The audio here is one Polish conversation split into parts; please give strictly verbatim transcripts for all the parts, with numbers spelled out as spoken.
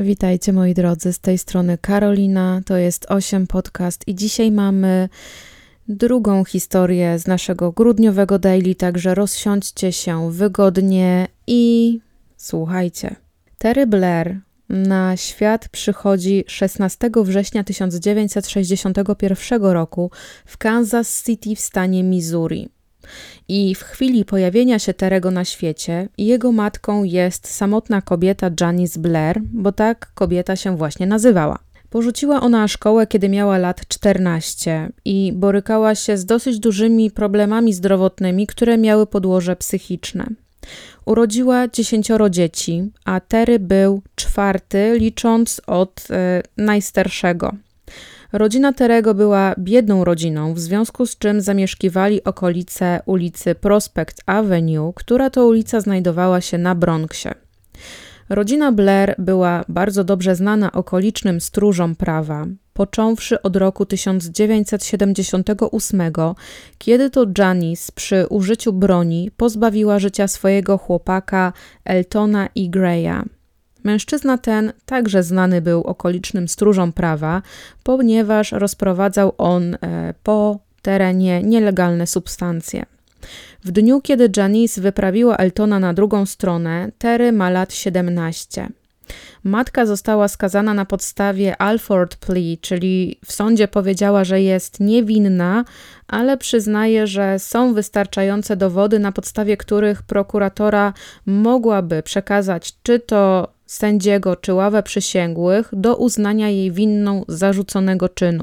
Witajcie moi drodzy, z tej strony Karolina, to jest osiem Podcast i dzisiaj mamy drugą historię z naszego grudniowego daily, także rozsiądźcie się wygodnie i słuchajcie. Terry Blair na świat przychodzi szesnastego września tysiąc dziewięćset sześćdziesiątego pierwszego roku w Kansas City w stanie Missouri. I w chwili pojawienia się Terego na świecie, jego matką jest samotna kobieta Janice Blair, bo tak kobieta się właśnie nazywała. Porzuciła ona szkołę, kiedy miała lat czternaście i borykała się z dosyć dużymi problemami zdrowotnymi, które miały podłoże psychiczne. Urodziła dziesięcioro dzieci, a Terry był czwarty, licząc od e, najstarszego. Rodzina Terego była biedną rodziną, w związku z czym zamieszkiwali okolice ulicy Prospect Avenue, która to ulica znajdowała się na Bronxie. Rodzina Blair była bardzo dobrze znana okolicznym stróżom prawa, począwszy od roku tysiąc dziewięćset siedemdziesiątego ósmego, kiedy to Janice przy użyciu broni pozbawiła życia swojego chłopaka Eltona E. Greya. Mężczyzna ten także znany był okolicznym stróżom prawa, ponieważ rozprowadzał on e, po terenie nielegalne substancje. W dniu, kiedy Janice wyprawiła Eltona na drugą stronę, Terry ma lat siedemnaście. Matka została skazana na podstawie Alford plea, czyli w sądzie powiedziała, że jest niewinna, ale przyznaje, że są wystarczające dowody, na podstawie których prokuratora mogłaby przekazać czy to sędziego, czy ławę przysięgłych do uznania jej winną zarzuconego czynu.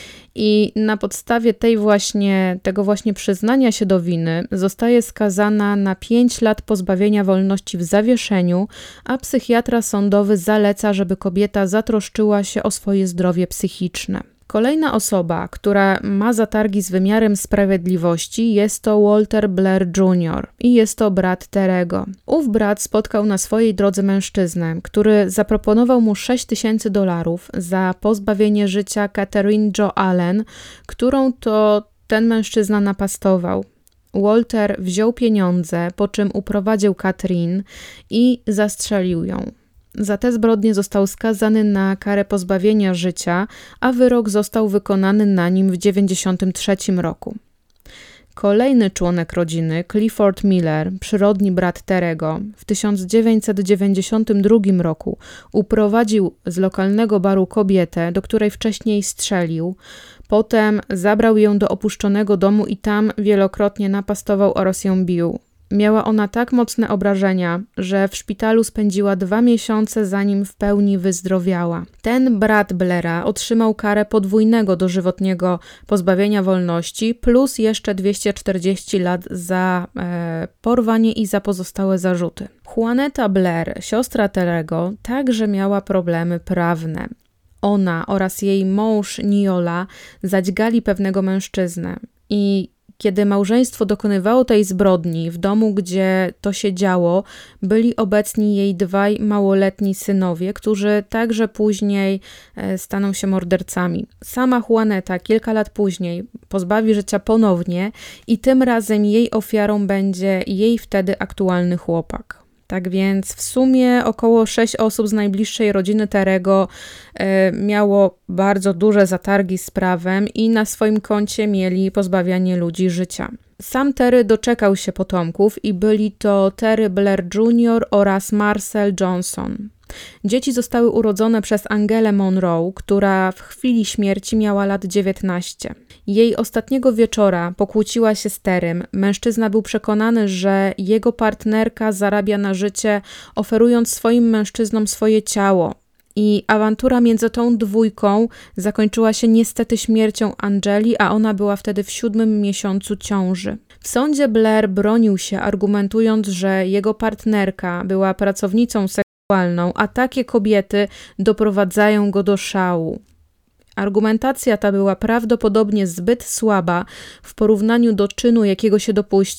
I na podstawie tej właśnie, tego właśnie przyznania się do winy zostaje skazana na pięć lat pozbawienia wolności w zawieszeniu, a psychiatra sądowy zaleca, żeby kobieta zatroszczyła się o swoje zdrowie psychiczne. Kolejna osoba, która ma zatargi z wymiarem sprawiedliwości, jest to Walter Blair junior i jest to brat Terego. Ów brat spotkał na swojej drodze mężczyznę, który zaproponował mu sześć tysięcy dolarów za pozbawienie życia Catherine Jo Allen, którą to ten mężczyzna napastował. Walter wziął pieniądze, po czym uprowadził Catherine i zastrzelił ją. Za te zbrodnie został skazany na karę pozbawienia życia, a wyrok został wykonany na nim w dziewięćdziesiątym trzecim roku. Kolejny członek rodziny, Clifford Miller, przyrodni brat Terego, w tysiąc dziewięćset dziewięćdziesiątym drugim roku uprowadził z lokalnego baru kobietę, do której wcześniej strzelił. Potem zabrał ją do opuszczonego domu i tam wielokrotnie napastował oraz ją bił. Miała ona tak mocne obrażenia, że w szpitalu spędziła dwa miesiące, zanim w pełni wyzdrowiała. Ten brat Blaira otrzymał karę podwójnego dożywotniego pozbawienia wolności plus jeszcze dwieście czterdzieści lat za e, porwanie i za pozostałe zarzuty. Juanetta Blair, siostra Terego, także miała problemy prawne. Ona oraz jej mąż Niola zadźgali pewnego mężczyznę i kiedy małżeństwo dokonywało tej zbrodni w domu, gdzie to się działo, byli obecni jej dwaj małoletni synowie, którzy także później staną się mordercami. Sama Juanetta kilka lat później pozbawi życia ponownie i tym razem jej ofiarą będzie jej wtedy aktualny chłopak. Tak więc w sumie około sześć osób z najbliższej rodziny Terego e, miało bardzo duże zatargi z prawem i na swoim koncie mieli pozbawianie ludzi życia. Sam Terry doczekał się potomków i byli to Terry Blair junior oraz Marcel Johnson. Dzieci zostały urodzone przez Angelę Monroe, która w chwili śmierci miała lat dziewiętnaście. Jej ostatniego wieczora pokłóciła się z Terrym. Mężczyzna był przekonany, że jego partnerka zarabia na życie, oferując swoim mężczyznom swoje ciało. I awantura między tą dwójką zakończyła się niestety śmiercią Angeli, a ona była wtedy w siódmym miesiącu ciąży. W sądzie Blair bronił się, argumentując, że jego partnerka była pracownicą seksualną, a takie kobiety doprowadzają go do szału. Argumentacja ta była prawdopodobnie zbyt słaba w porównaniu do czynu, jakiego się dopuścił,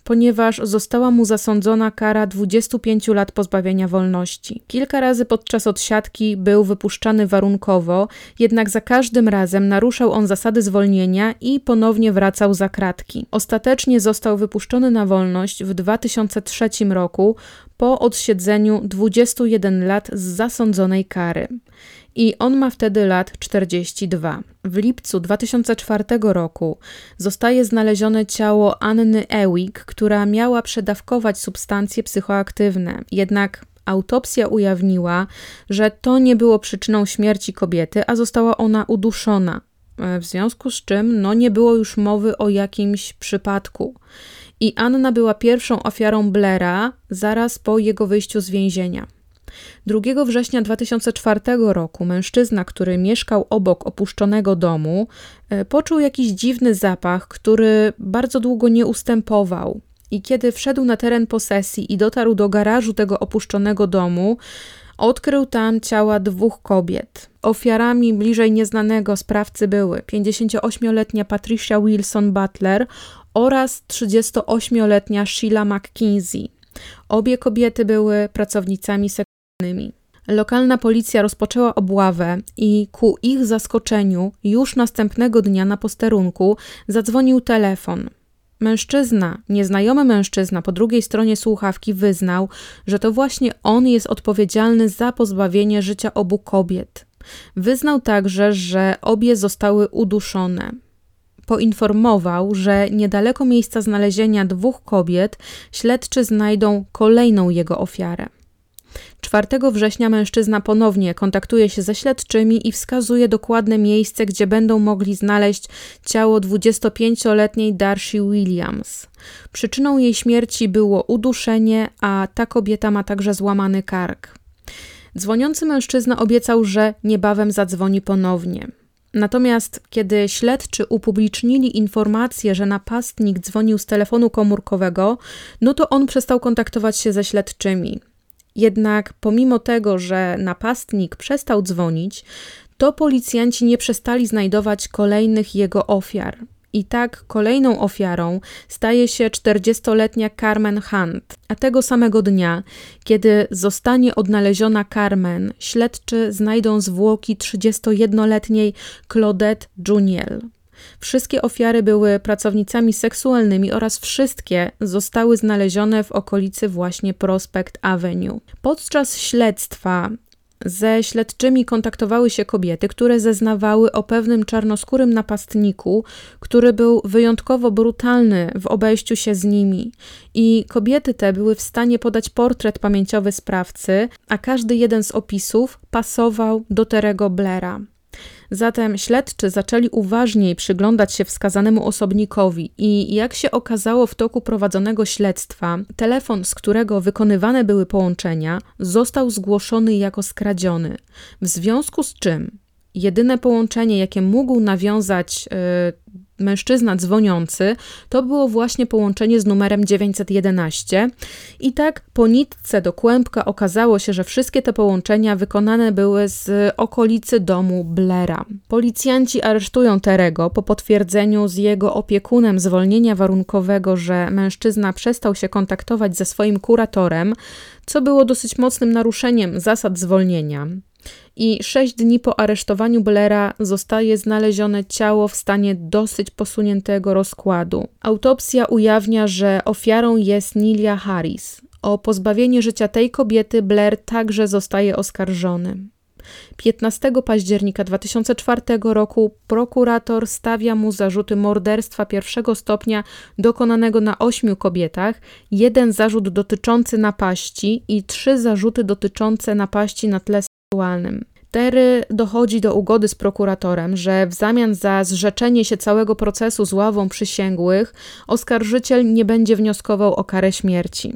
ponieważ została mu zasądzona kara dwudziestu pięciu lat pozbawienia wolności. Kilka razy podczas odsiadki był wypuszczany warunkowo, jednak za każdym razem naruszał on zasady zwolnienia i ponownie wracał za kratki. Ostatecznie został wypuszczony na wolność w dwa tysiące trzecim roku po odsiedzeniu dwudziestu jeden lat z zasądzonej kary. I on ma wtedy lat czterdzieści dwa. W lipcu dwa tysiące czwartego roku zostaje znalezione ciało Anny Ewing, która miała przedawkować substancje psychoaktywne. Jednak autopsja ujawniła, że to nie było przyczyną śmierci kobiety, a została ona uduszona. W związku z czym no, nie było już mowy o jakimś przypadku. I Anna była pierwszą ofiarą Blaira zaraz po jego wyjściu z więzienia. drugiego września dwa tysiące czwartego roku mężczyzna, który mieszkał obok opuszczonego domu, poczuł jakiś dziwny zapach, który bardzo długo nie ustępował. I kiedy wszedł na teren posesji i dotarł do garażu tego opuszczonego domu, odkrył tam ciała dwóch kobiet. Ofiarami bliżej nieznanego sprawcy były pięćdziesięcioośmioletnia Patricia Wilson Butler oraz trzydziestoośmioletnia Sheila McKinsey. Obie kobiety były pracownicami seksualnymi. Lokalna policja rozpoczęła obławę i ku ich zaskoczeniu już następnego dnia na posterunku zadzwonił telefon. Mężczyzna, nieznajomy mężczyzna po drugiej stronie słuchawki wyznał, że to właśnie on jest odpowiedzialny za pozbawienie życia obu kobiet. Wyznał także, że obie zostały uduszone. Poinformował, że niedaleko miejsca znalezienia dwóch kobiet śledczy znajdą kolejną jego ofiarę. czwartego września mężczyzna ponownie kontaktuje się ze śledczymi i wskazuje dokładne miejsce, gdzie będą mogli znaleźć ciało dwudziestopięcioletniej Darcy Williams. Przyczyną jej śmierci było uduszenie, a ta kobieta ma także złamany kark. Dzwoniący mężczyzna obiecał, że niebawem zadzwoni ponownie. Natomiast kiedy śledczy upublicznili informację, że napastnik dzwonił z telefonu komórkowego, no to on przestał kontaktować się ze śledczymi. Jednak pomimo tego, że napastnik przestał dzwonić, to policjanci nie przestali znajdować kolejnych jego ofiar. I tak kolejną ofiarą staje się czterdziestoletnia Carmen Hunt. A tego samego dnia, kiedy zostanie odnaleziona Carmen, śledczy znajdą zwłoki trzydziestojednoletniej Claudette Juniel. Wszystkie ofiary były pracownicami seksualnymi oraz wszystkie zostały znalezione w okolicy właśnie Prospect Avenue. Podczas śledztwa ze śledczymi kontaktowały się kobiety, które zeznawały o pewnym czarnoskórym napastniku, który był wyjątkowo brutalny w obejściu się z nimi. I kobiety te były w stanie podać portret pamięciowy sprawcy, a każdy jeden z opisów pasował do Terry'ego Blaira. Zatem śledczy zaczęli uważniej przyglądać się wskazanemu osobnikowi i jak się okazało w toku prowadzonego śledztwa, telefon, z którego wykonywane były połączenia, został zgłoszony jako skradziony. W związku z czym jedyne połączenie, jakie mógł nawiązać yy, mężczyzna dzwoniący, to było właśnie połączenie z numerem dziewięćset jedenaście. I tak po nitce do kłębka okazało się, że wszystkie te połączenia wykonane były z okolicy domu Blaira. Policjanci aresztują Terry'ego po potwierdzeniu z jego opiekunem zwolnienia warunkowego, że mężczyzna przestał się kontaktować ze swoim kuratorem, co było dosyć mocnym naruszeniem zasad zwolnienia. I sześć dni po aresztowaniu Blaira zostaje znalezione ciało w stanie dosyć posuniętego rozkładu. Autopsja ujawnia, że ofiarą jest Nelia Harris. O pozbawienie życia tej kobiety Blair także zostaje oskarżony. piętnastego października dwa tysiące czwartego roku prokurator stawia mu zarzuty morderstwa pierwszego stopnia dokonanego na ośmiu kobietach, jeden zarzut dotyczący napaści i trzy zarzuty dotyczące napaści na tle seksualnym. Terry dochodzi do ugody z prokuratorem, że w zamian za zrzeczenie się całego procesu z ławą przysięgłych oskarżyciel nie będzie wnioskował o karę śmierci.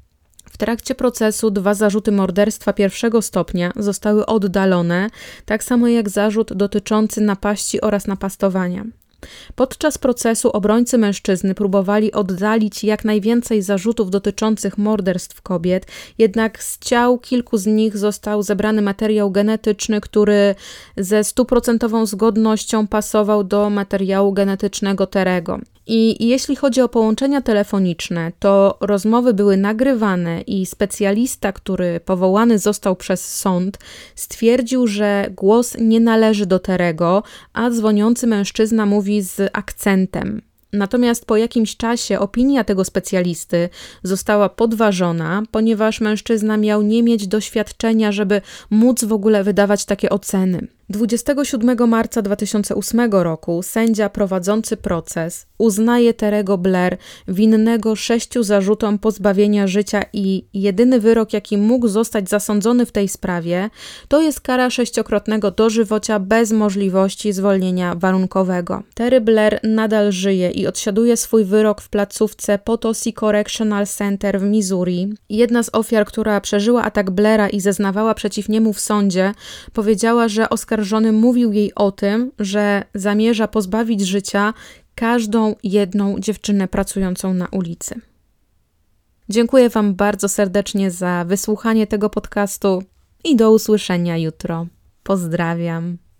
W trakcie procesu dwa zarzuty morderstwa pierwszego stopnia zostały oddalone, tak samo jak zarzut dotyczący napaści oraz napastowania. Podczas procesu obrońcy mężczyzny próbowali oddalić jak najwięcej zarzutów dotyczących morderstw kobiet, jednak z ciał kilku z nich został zebrany materiał genetyczny, który ze stuprocentową zgodnością pasował do materiału genetycznego Terry'ego. I jeśli chodzi o połączenia telefoniczne, to rozmowy były nagrywane i specjalista, który powołany został przez sąd, stwierdził, że głos nie należy do Terego, a dzwoniący mężczyzna mówi z akcentem. Natomiast po jakimś czasie opinia tego specjalisty została podważona, ponieważ mężczyzna miał nie mieć doświadczenia, żeby móc w ogóle wydawać takie oceny. dwudziestego siódmego marca dwa tysiące ósmego roku sędzia prowadzący proces uznaje Terego Blair winnego sześciu zarzutom pozbawienia życia i jedyny wyrok, jaki mógł zostać zasądzony w tej sprawie, to jest kara sześciokrotnego dożywocia bez możliwości zwolnienia warunkowego. Terry Blair nadal żyje i odsiaduje swój wyrok w placówce Potosi Correctional Center w Missouri. Jedna z ofiar, która przeżyła atak Blaira i zeznawała przeciw niemu w sądzie, powiedziała, że oskarżony mówił jej o tym, że zamierza pozbawić życia każdą jedną dziewczynę pracującą na ulicy. Dziękuję Wam bardzo serdecznie za wysłuchanie tego podcastu i do usłyszenia jutro. Pozdrawiam.